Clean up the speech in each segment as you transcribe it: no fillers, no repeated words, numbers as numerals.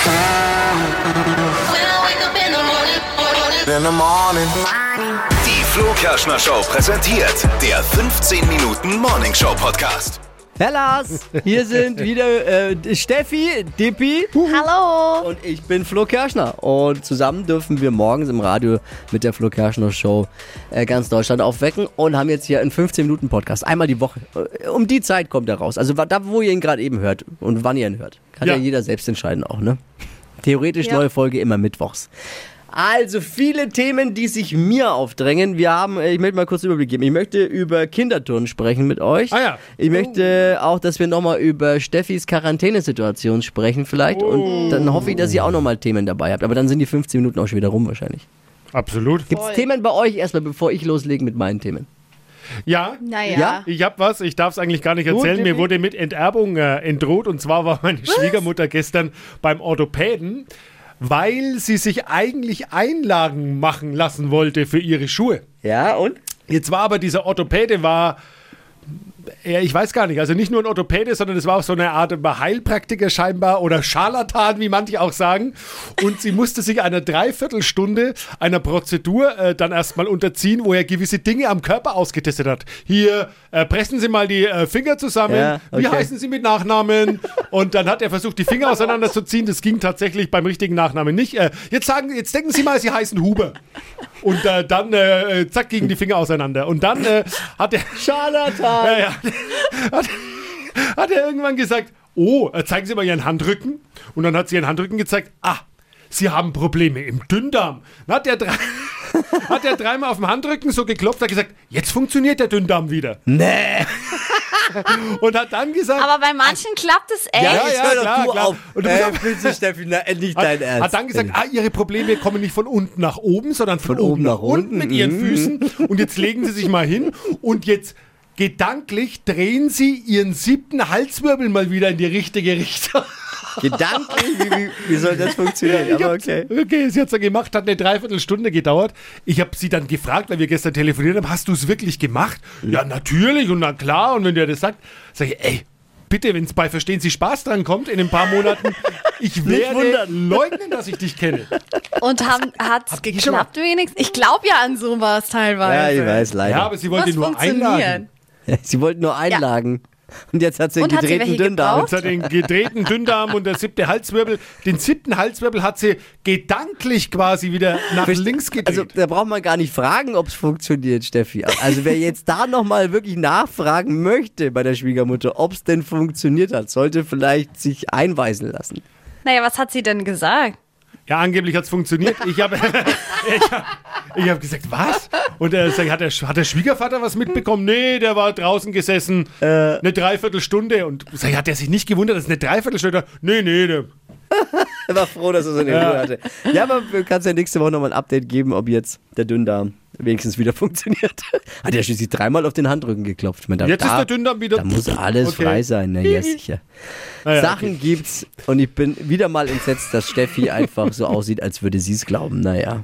Die Flo Kerschner Show präsentiert der 15 Minuten Morning Show Podcast. Hellas, hier sind wieder Steffi, Dippi. Hallo. Und ich bin Flo Kerschner. Und zusammen dürfen wir morgens im Radio mit der Flo Kerschner Show ganz Deutschland aufwecken und haben jetzt hier einen 15-Minuten-Podcast. Einmal die Woche. Um die Zeit kommt er raus. Also da, wo ihr ihn gerade eben hört und wann ihr ihn hört. Kann ja jeder selbst entscheiden auch, ne? Theoretisch neue Folge immer mittwochs. Also viele Themen, die sich mir aufdrängen. Ich möchte mal kurz einen Überblick geben. Ich möchte über Kinderturnen sprechen mit euch. Ich möchte auch, dass wir nochmal über Steffis Quarantänesituation sprechen vielleicht. Und dann hoffe ich, dass ihr auch nochmal Themen dabei habt. Aber dann sind die 15 Minuten auch schon wieder rum wahrscheinlich. Absolut. Gibt es Themen bei euch erstmal, bevor ich loslege mit meinen Themen? Ja, Naja. ich habe was, ich darf es eigentlich gar nicht erzählen. Mir wurde mit Enterbung entdroht. Und zwar war meine Schwiegermutter gestern beim Orthopäden, weil sie sich eigentlich Einlagen machen lassen wollte für ihre Schuhe. Ja, und? Jetzt war aber dieser Orthopäde, ich weiß gar nicht, also nicht nur ein Orthopäde, sondern es war auch so eine Art Heilpraktiker scheinbar oder Scharlatan, wie manche auch sagen. Und sie musste sich einer Dreiviertelstunde einer Prozedur dann erstmal unterziehen, wo er gewisse Dinge am Körper ausgetestet hat. Hier, pressen Sie mal die Finger zusammen. Ja, okay. Wie heißen Sie mit Nachnamen? Und dann hat er versucht, die Finger auseinanderzuziehen. Das ging tatsächlich beim richtigen Nachnamen nicht. Jetzt denken Sie mal, Sie heißen Huber. Und dann, zack, gingen die Finger auseinander. Und dann hat er... Scharlatan! Hat er irgendwann gesagt, zeigen Sie mal Ihren Handrücken. Und dann hat sie ihren Handrücken gezeigt, Sie haben Probleme im Dünndarm. Dann hat er dreimal auf dem Handrücken so geklopft, hat gesagt, jetzt funktioniert der Dünndarm wieder. Nee! Und hat dann gesagt... Aber bei manchen klappt es echt. Ja, klar. Und Bitte, Steffi, nicht dein Ernst. Hat dann gesagt, Ihre Probleme kommen nicht von unten nach oben, sondern von oben nach unten mit Ihren Füßen. Und jetzt legen Sie sich mal hin und jetzt gedanklich drehen Sie Ihren 7. Halswirbel mal wieder in die richtige Richtung. Gedanklich? Wie soll das funktionieren? Aber okay. Okay, sie hat es dann gemacht, hat eine Dreiviertelstunde gedauert. Ich habe sie dann gefragt, weil wir gestern telefoniert haben, hast du es wirklich gemacht? Ja, natürlich und na klar. Und wenn der das sagt, sage ich, bitte, wenn es bei Verstehen Sie Spaß dran kommt, in ein paar Monaten, ich werde leugnen, dass ich dich kenne. Und hat es geklappt wenigstens? Ich glaube ja an sowas teilweise. Ja, ich weiß, leider. Ja, aber sie wollte nur Einlagen. Sie wollten nur Einlagen. Und jetzt hat sie einen gedrehten Dünndarm. Jetzt hat sie den gedrehten Dünndarm und der 7. Halswirbel. Den 7. Halswirbel hat sie gedanklich quasi wieder nach links gedreht. Also da braucht man gar nicht fragen, ob es funktioniert, Steffi. Also wer jetzt da nochmal wirklich nachfragen möchte bei der Schwiegermutter, ob es denn funktioniert hat, sollte vielleicht sich einweisen lassen. Naja, was hat sie denn gesagt? Ja, angeblich hat es funktioniert. Ich habe gesagt, was? Und er sagt, hat der Schwiegervater was mitbekommen? Nee, der war draußen gesessen, eine Dreiviertelstunde. Und hat er sich nicht gewundert, dass es eine Dreiviertelstunde war? Nee, der... Er war froh, dass er seine Ruhe hatte. Ja, aber du kannst ja nächste Woche nochmal ein Update geben, ob jetzt der Dünndarm wenigstens wieder funktioniert. Hat er schließlich 3-mal auf den Handrücken geklopft. Jetzt ist der Dünndarm wieder... Da muss alles frei sein. Na ja, sicher. Naja, Sachen gibt's und ich bin wieder mal entsetzt, dass Steffi einfach so aussieht, als würde sie es glauben. Naja.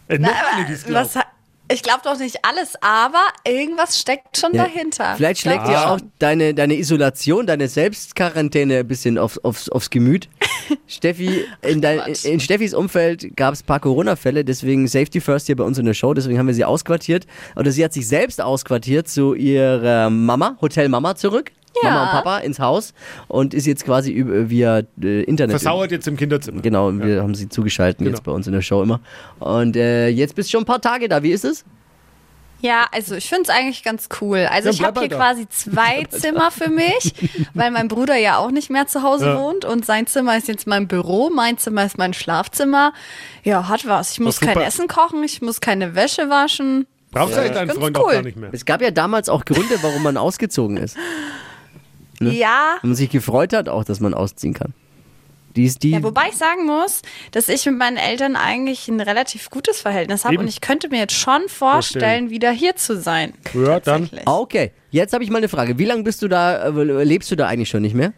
Ich glaube doch nicht alles, aber irgendwas steckt schon dahinter. Vielleicht schlägt dir auch deine Isolation, deine Selbstquarantäne ein bisschen aufs Gemüt. Steffi, in Steffis Umfeld gab es ein paar Corona-Fälle, deswegen Safety First hier bei uns in der Show, deswegen haben wir sie ausquartiert. Oder sie hat sich selbst ausquartiert zu ihrer Mama, Hotel Mama zurück. Ja. Mama und Papa ins Haus und ist jetzt quasi via Internet. Versauert jetzt im Kinderzimmer. Genau, wir haben sie zugeschaltet jetzt bei uns in der Show immer. Und jetzt bist du schon ein paar Tage da. Wie ist es? Ja, also ich finde es eigentlich ganz cool. Also ich habe hier quasi 2 Zimmer für mich, weil mein Bruder ja auch nicht mehr zu Hause wohnt und sein Zimmer ist jetzt mein Büro, mein Zimmer ist mein Schlafzimmer. Ja, hat was. Ich muss kein Essen kochen, ich muss keine Wäsche waschen. Brauchst du deinen Freund auch gar nicht mehr. Es gab ja damals auch Gründe, warum man ausgezogen ist. Ne? Ja. Und man sich gefreut hat auch, dass man ausziehen kann. Ja, wobei ich sagen muss, dass ich mit meinen Eltern eigentlich ein relativ gutes Verhältnis habe und ich könnte mir jetzt schon vorstellen, wieder hier zu sein. Ja, dann. Okay, jetzt habe ich mal eine Frage. Wie lange lebst du da eigentlich schon nicht mehr?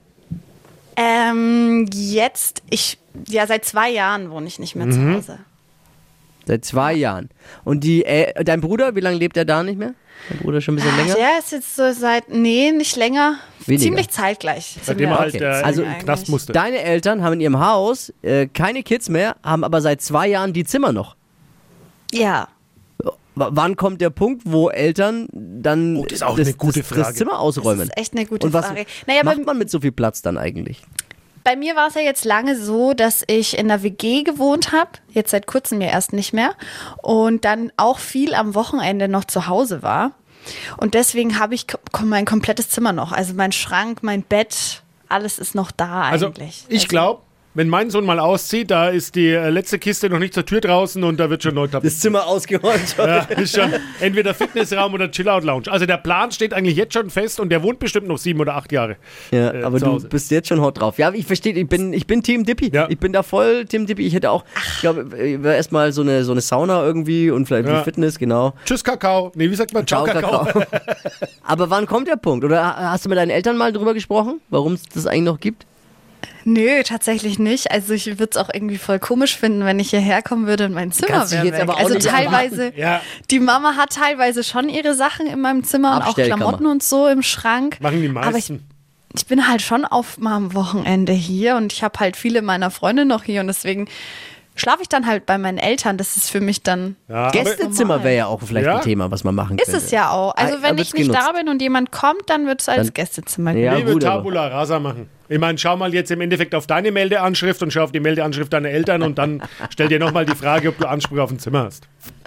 Seit 2 Jahren wohne ich nicht mehr zu Hause. Seit 2 Jahren. Und dein Bruder, wie lange lebt er da nicht mehr? Dein Bruder schon ein bisschen länger? Der ist jetzt so nicht länger. Weniger. Ziemlich zeitgleich. Seitdem er halt Also, in den Knast musste. Deine Eltern haben in ihrem Haus keine Kids mehr, haben aber seit 2 Jahren die Zimmer noch. Ja. Wann kommt der Punkt, wo Eltern dann das ist auch eine gute Frage. das Zimmer ausräumen? Das ist echt eine gute Und was Frage. macht man mit so viel Platz dann eigentlich? Bei mir war es ja jetzt lange so, dass ich in der WG gewohnt habe, jetzt seit kurzem ja erst nicht mehr, und dann auch viel am Wochenende noch zu Hause war. Und deswegen habe ich mein komplettes Zimmer noch. Also mein Schrank, mein Bett, alles ist noch da eigentlich. Ich glaube, wenn mein Sohn mal auszieht, da ist die letzte Kiste noch nicht zur Tür draußen und da wird schon neu tapeziert. Das Zimmer ausgeräumt. Ja, ist schon entweder Fitnessraum oder Chill-Out-Lounge. Also der Plan steht eigentlich jetzt schon fest und der wohnt bestimmt noch 7 oder 8 Jahre. Ja, aber zu du Hause. bist jetzt schon hot drauf. Ja, ich verstehe, ich bin Team Dippy. Ja. Ich bin da voll Team Dippy. Ich hätte auch, ich glaube, erstmal so eine Sauna irgendwie und vielleicht Fitness, genau. Tschüss Kakao. Nee, wie sagt man? Ciao Kakao. Aber wann kommt der Punkt? Oder hast du mit deinen Eltern mal drüber gesprochen, warum es das eigentlich noch gibt? Nö, tatsächlich nicht. Also ich würde es auch irgendwie voll komisch finden, wenn ich hierher kommen würde und mein Zimmer Kannst du wäre jetzt weg. aber auch Also nicht teilweise, Ja. die Mama hat teilweise schon ihre Sachen in meinem Zimmer und auch Abstellkammer. Klamotten und so im Schrank. Machen die Aber meisten. ich bin halt schon oft mal am Wochenende hier und ich habe halt viele meiner Freunde noch hier und deswegen schlafe ich dann halt bei meinen Eltern. Das ist für mich dann... Ja, Gästezimmer wäre ja auch vielleicht Ja. ein Thema, was man machen könnte. Ist es ja auch. Also wenn wird's ich nicht genutzt. da bin und jemand kommt, dann wird es als Dann- Gästezimmer Ja, gehen. Ich würde gut, aber- Tabula Rasa machen. Ich meine, schau mal jetzt im Endeffekt auf deine Meldeanschrift und schau auf die Meldeanschrift deiner Eltern und dann stell dir nochmal die Frage, ob du Anspruch auf ein Zimmer hast.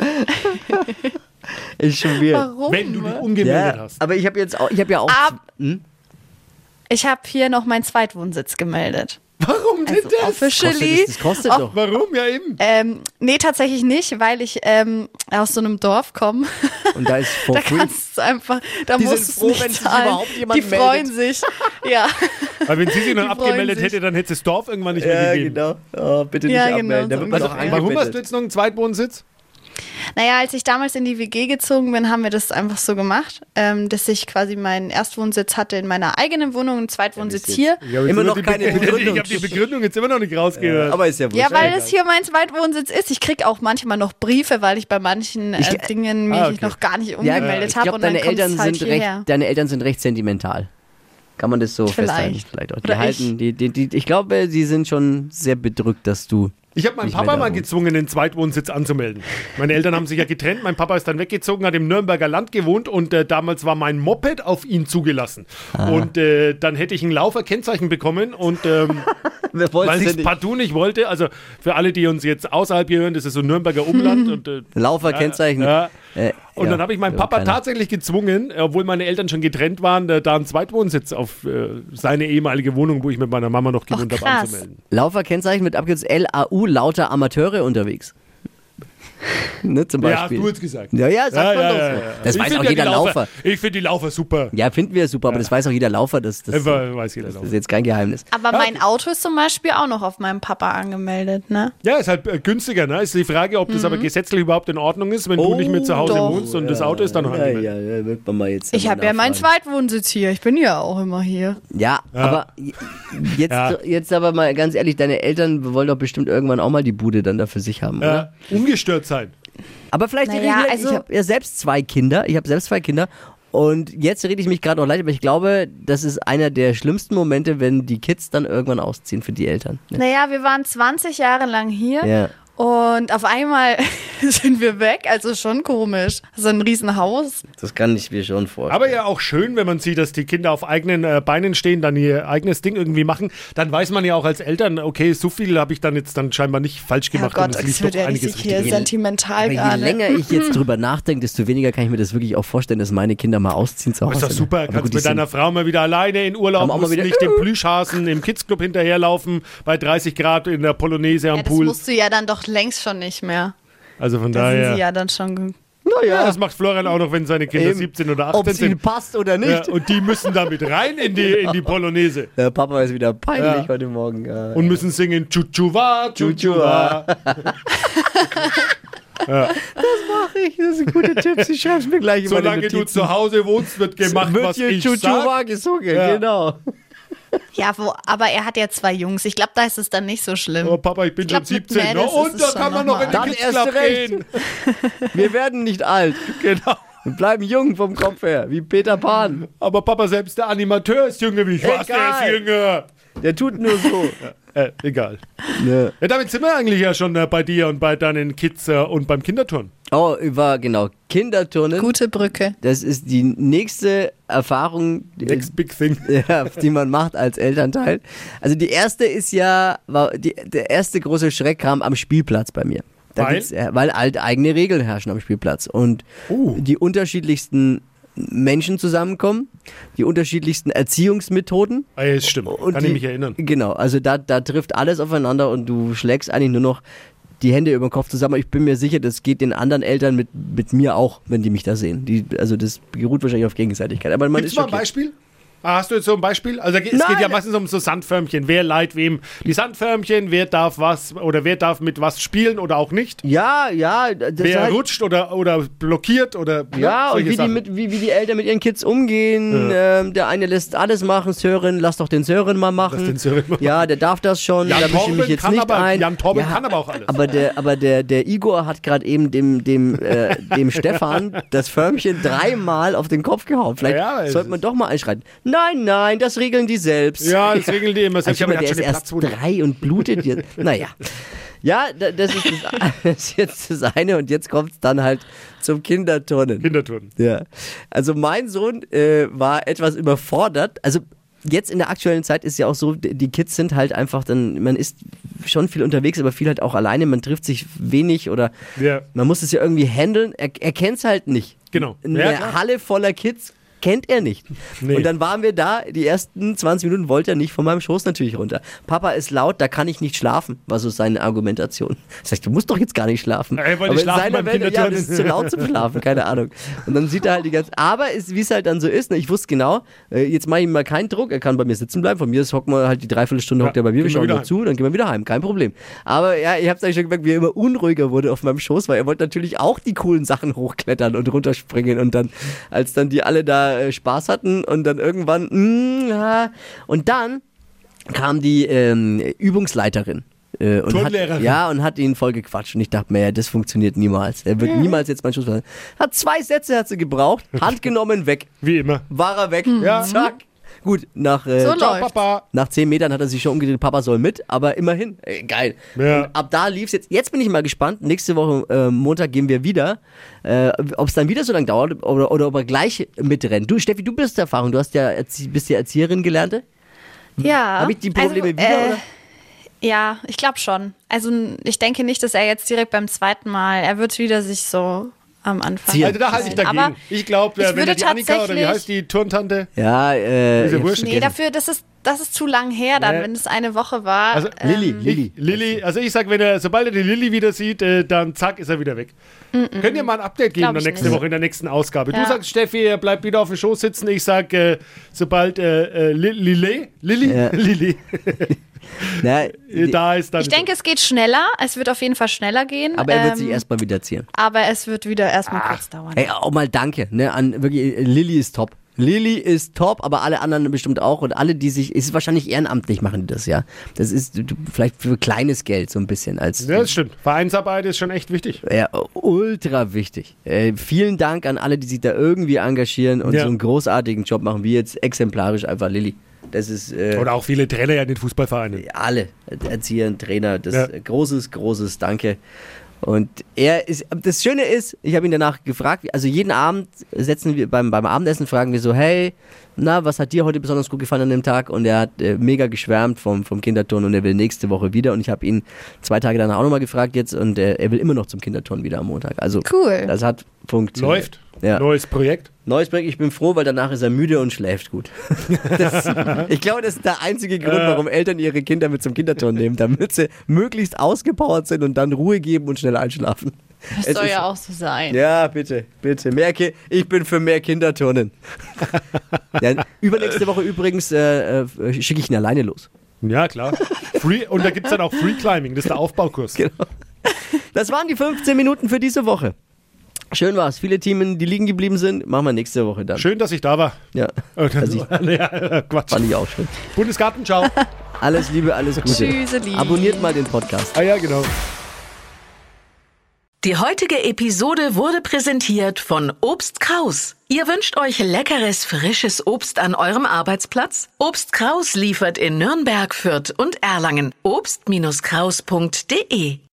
Ist schon weird. Warum? Wenn du dich umgemeldet Ja, hast. aber ich habe ja auch... Ich habe hier noch meinen Zweitwohnsitz gemeldet. Warum denn Also das? officially. Das kostet doch. Warum? Ja eben. Nee, tatsächlich nicht, weil ich aus so einem Dorf komme. Und da ist for Da free. kannst du einfach, da Die musst sind du es froh, nicht wenn sich zahlen. überhaupt jemand Die freuen meldet. sich. Ja. Weil wenn sie sich noch Die abgemeldet freuen sich. hätte, dann hätte es das Dorf irgendwann nicht mehr Ja, gegeben. genau. Oh, bitte nicht Ja, genau, abmelden. Da so wird man ungefähr. doch Ja. Warum hast du angemeldet. jetzt noch einen Zweitwohnsitz? Naja, als ich damals in die WG gezogen bin, haben wir das einfach so gemacht, dass ich quasi meinen Erstwohnsitz hatte in meiner eigenen Wohnung, einen Zweitwohnsitz hier. Ich hab Immer jetzt noch die keine Begründung. Ich habe die Begründung jetzt immer noch nicht rausgehört. Aber ist ja wurscht. Ja, weil es hier mein Zweitwohnsitz ist. Ich kriege auch manchmal noch Briefe, weil ich bei manchen Dingen mich okay. noch gar nicht Ja, umgemeldet ich habe. glaube, Und dann deine kommt Eltern es halt sind hierher. deine Eltern sind recht sentimental. Kann man das so festhalten? Vielleicht auch. Die Oder halten, ich glaube, sie sind schon sehr bedrückt, dass du. Ich habe meinen Nicht Papa mehr da mal wohnst. gezwungen, den Zweitwohnsitz anzumelden. Meine Eltern haben sich ja getrennt, mein Papa ist dann weggezogen, hat im Nürnberger Land gewohnt und damals war mein Moped auf ihn zugelassen. Und dann hätte ich ein Lauferkennzeichen bekommen und weil ich es partout nicht wollte, also für alle, die uns jetzt außerhalb hier hören, das ist so Nürnberger Umland. Und, Lauferkennzeichen. ja. Und ja, dann habe ich meinen Papa tatsächlich gezwungen, obwohl meine Eltern schon getrennt waren, da einen Zweitwohnsitz auf seine ehemalige Wohnung, wo ich mit meiner Mama noch gewohnt habe, krass. anzumelden. Lauferkennzeichen mit Abkürzung LAU, lauter Amateure unterwegs. Ne, zum Ja, Beispiel. hast du jetzt gesagt. Ja, sagt man doch so. ja. Das Ich weiß find auch ja jeder die Laufer. Ich finde die Laufer super. Ja, finden wir super, aber das weiß auch jeder Laufer. Das Weiß jeder ist Laufer. jetzt kein Geheimnis. Aber mein Auto ist zum Beispiel auch noch auf meinem Papa angemeldet, ne? Ja, ist halt günstiger, ne? Ist die Frage, ob das aber gesetzlich überhaupt in Ordnung ist, wenn du nicht mehr zu Hause doch. wohnst und das Auto ist dann noch angemeldet. Ja, wird man mal jetzt. Ich habe ja meinen Zweitwohnsitz hier. Ich bin ja auch immer hier. Ja, aber jetzt aber mal ganz ehrlich, deine Eltern wollen doch bestimmt irgendwann auch mal die Bude dann da für sich haben, oder? Ungestört sein. Aber vielleicht Naja, rede ich, also- ich habe ja selbst zwei Kinder. Und jetzt rede ich mich gerade noch leid, aber ich glaube, das ist einer der schlimmsten Momente, wenn die Kids dann irgendwann ausziehen für die Eltern. Ne? Naja, wir waren 20 Jahre lang hier. Ja. Und auf einmal sind wir weg, also schon komisch. So ein Riesenhaus. Das kann ich mir schon vorstellen. Aber ja auch schön, wenn man sieht, dass die Kinder auf eigenen Beinen stehen, dann ihr eigenes Ding irgendwie machen. Dann weiß man ja auch als Eltern, okay, so viel habe ich dann jetzt dann scheinbar nicht falsch Ja gemacht. Gott, und es es lief wird doch ja einiges richtig hier richtig. sentimental Aber je gerade. länger ich jetzt drüber nachdenke, desto weniger kann ich mir das wirklich auch vorstellen, dass meine Kinder mal ausziehen zu Hause. Ist doch super, Aber kannst gut, die mit deiner Frau mal wieder alleine in Urlaub, Haben auch mal musst wieder- nicht dem Plüschhasen im Kidsclub hinterherlaufen, bei 30 Grad in der Polonaise am Ja, das Pool. musst du ja dann doch längst schon nicht mehr. Also von Da sind daher. sie ja dann schon... Ja, das macht Florian auch noch, wenn seine Kinder Eben. 17 oder 18 ob es ihnen sind. passt oder nicht. Ja, und die müssen damit rein in die Polonaise. Der Papa ist wieder peinlich Ja. heute Morgen. Ja. Und müssen singen Chuchuwa, Chuchuwa. Das sind gute Tipps, ich schreib's mir gleich immer Solange du zu Hause wohnst, wird gemacht, wird was hier ich Chuchuwa sag. gesungen, Ja. genau. Ja, aber er hat ja 2 Jungs. Ich glaube, da ist es dann nicht so schlimm. Aber Papa, ich bin schon 17. Und da kann man noch in den Kids Club gehen. Wir werden nicht alt. Genau. Wir bleiben jung vom Kopf her, wie Peter Pan. Aber Papa, selbst der Animateur ist jünger wie ich. Was, der ist jünger. Der tut nur so. Egal. Ja. Ja, damit sind wir eigentlich ja schon bei dir und bei deinen Kids und beim Kinderturnen. Oh, genau. Kinderturnen. Gute Brücke. Das ist die nächste Erfahrung, Next big thing. ja, die man macht als Elternteil. Also die erste ist ja, der erste große Schreck kam am Spielplatz bei mir. Weil eigene Regeln herrschen am Spielplatz und die unterschiedlichsten Menschen zusammenkommen, die unterschiedlichsten Erziehungsmethoden. Ah, ja, stimmt, kann ich mich erinnern. Genau, also da trifft alles aufeinander und du schlägst eigentlich nur noch die Hände über den Kopf zusammen. Ich bin mir sicher, das geht den anderen Eltern mit mir auch, wenn die mich da sehen. Also das beruht wahrscheinlich auf Gegenseitigkeit. Aber man Gibt's mal ein Beispiel? Hast du jetzt so ein Beispiel? Also es geht ja meistens um so Sandförmchen. Wer leiht wem die Sandförmchen? Wer darf was oder wer darf mit was spielen oder auch nicht? Ja. Wer halt rutscht oder blockiert oder ja, und wie die Eltern mit ihren Kids umgehen. Ja. Der eine lässt alles machen. Sören, lass doch den Sören mal machen. Ja, der darf das schon. Jan da mische ich mich jetzt nicht ein. Jan Torben kann aber auch alles. Aber der Igor hat gerade eben dem Stefan das Förmchen 3-mal auf den Kopf gehauen. Vielleicht sollte man doch mal einschreiten. Nein, das regeln die selbst. Ja, das regeln die immer selbst. Aber der ist erst 3 und blutet jetzt. Naja. Ja, das ist jetzt das eine und jetzt kommt es dann halt zum Kinderturnen. Ja. Also mein Sohn war etwas überfordert. Also jetzt in der aktuellen Zeit ist ja auch so, die Kids sind halt einfach dann, man ist schon viel unterwegs, aber viel halt auch alleine, man trifft sich wenig oder man muss es ja irgendwie handeln. Er kennt es halt nicht. Genau. Eine Halle voller Kids kennt er nicht. Nee. Und dann waren wir da, die ersten 20 Minuten wollte er nicht von meinem Schoß natürlich runter. Papa ist laut, da kann ich nicht schlafen, war so seine Argumentation. Ich sag, du musst doch jetzt gar nicht schlafen. Aber in seiner Welt, das ist zu laut zum Schlafen, keine Ahnung. Und dann sieht er halt die ganze, aber wie es halt dann so ist, ne, ich wusste genau, jetzt mache ich ihm mal keinen Druck, er kann bei mir sitzen bleiben, von mir hocken wir halt die 3/4 Stunde hockt er bei mir, wir schauen nur zu, dann gehen wir wieder heim, kein Problem. Aber ja, ich hab's eigentlich schon gemerkt, wie er immer unruhiger wurde auf meinem Schoß, weil er wollte natürlich auch die coolen Sachen hochklettern und runterspringen und dann, als dann die alle da Spaß hatten und dann irgendwann und dann kam die Übungsleiterin und hat ihn voll gequatscht und ich dachte mir, ja, das funktioniert niemals. Er wird niemals jetzt meinen Schuss machen. Hat 2 Sätze hat sie gebraucht, Hand genommen, weg. Wie immer. War er weg. Ja. Zack. Gut, nach 10 Metern hat er sich schon umgedreht, Papa soll mit, aber immerhin, geil. Ja. Und ab da lief's jetzt bin ich mal gespannt, nächste Woche Montag gehen wir wieder, ob es dann wieder so lange dauert oder ob er gleich mitrennt. Du, Steffi, du bist Erfahrung, bist ja Erzieherin Gelernte? Ja. Habe ich die Probleme wieder, oder? Ja, ich glaube schon. Also ich denke nicht, dass er jetzt direkt beim zweiten Mal, er wird wieder sich so am Anfang. Also da halte ich dagegen. Aber ich glaube, wenn er die Annika oder wie heißt die Turntante? Ja, dafür, das ist zu lang her dann, wenn es eine Woche war. Also Lilly, also ich sag, sobald er die Lilly wieder sieht, dann zack, ist er wieder weg. Könnt ihr mal ein Update geben nächste Woche in der nächsten Ausgabe? Ja. Du sagst, Steffi, er bleibt wieder auf dem Schoß sitzen. Ich sag, sobald Lilly. Na, da ist dann. Ich denke, es geht schneller. Es wird auf jeden Fall schneller gehen. Aber er wird sich erstmal wieder ziehen. Aber es wird wieder erstmal kurz dauern. Ey, auch mal danke. Ne, wirklich, Lilly ist top. Lilly ist top, aber alle anderen bestimmt auch. Und alle, die sich, ist wahrscheinlich ehrenamtlich machen die das, ja. Das ist vielleicht für kleines Geld so ein bisschen. Ja, das stimmt. Vereinsarbeit ist schon echt wichtig. Ja, ultra wichtig. Vielen Dank an alle, die sich da irgendwie engagieren und so einen großartigen Job machen, wie jetzt exemplarisch einfach Lilly. Das ist, oder auch viele Trainer ja in den Fußballvereinen. Alle, Erzieher, Trainer, das großes Danke. Und das Schöne ist, ich habe ihn danach gefragt, also jeden Abend setzen wir beim Abendessen, fragen wir so, hey, was hat dir heute besonders gut gefallen an dem Tag? Und er hat mega geschwärmt vom Kinderturnen und er will nächste Woche wieder. Und ich habe ihn 2 Tage danach auch nochmal gefragt jetzt und er will immer noch zum Kinderturnen wieder am Montag. Also cool. Das hat funktioniert. Läuft. Ja. Neues Projekt. Ich bin froh, weil danach ist er müde und schläft gut. Ich glaube, das ist der einzige Grund, warum Eltern ihre Kinder mit zum Kinderturnen nehmen, damit sie möglichst ausgepowert sind und dann Ruhe geben und schnell einschlafen. Das soll ja auch so sein. Ja, bitte. Ich bin für mehr Kinderturnen. Ja, übernächste Woche übrigens schicke ich ihn alleine los. Ja, klar. Und da gibt es dann auch Free Climbing, das ist der Aufbaukurs. Genau. Das waren die 15 Minuten für diese Woche. Schön war's. Viele Themen, die liegen geblieben sind, machen wir nächste Woche dann. Schön, dass ich da war. Ja. Quatsch. Fand ich auch schön. Bundesgarten, ciao. Alles Liebe, alles Gute. Tschüsseli. Abonniert mal den Podcast. Ah ja, genau. Die heutige Episode wurde präsentiert von Obst Kraus. Ihr wünscht euch leckeres, frisches Obst an eurem Arbeitsplatz? Obst Kraus liefert in Nürnberg, Fürth und Erlangen. Obst-Kraus.de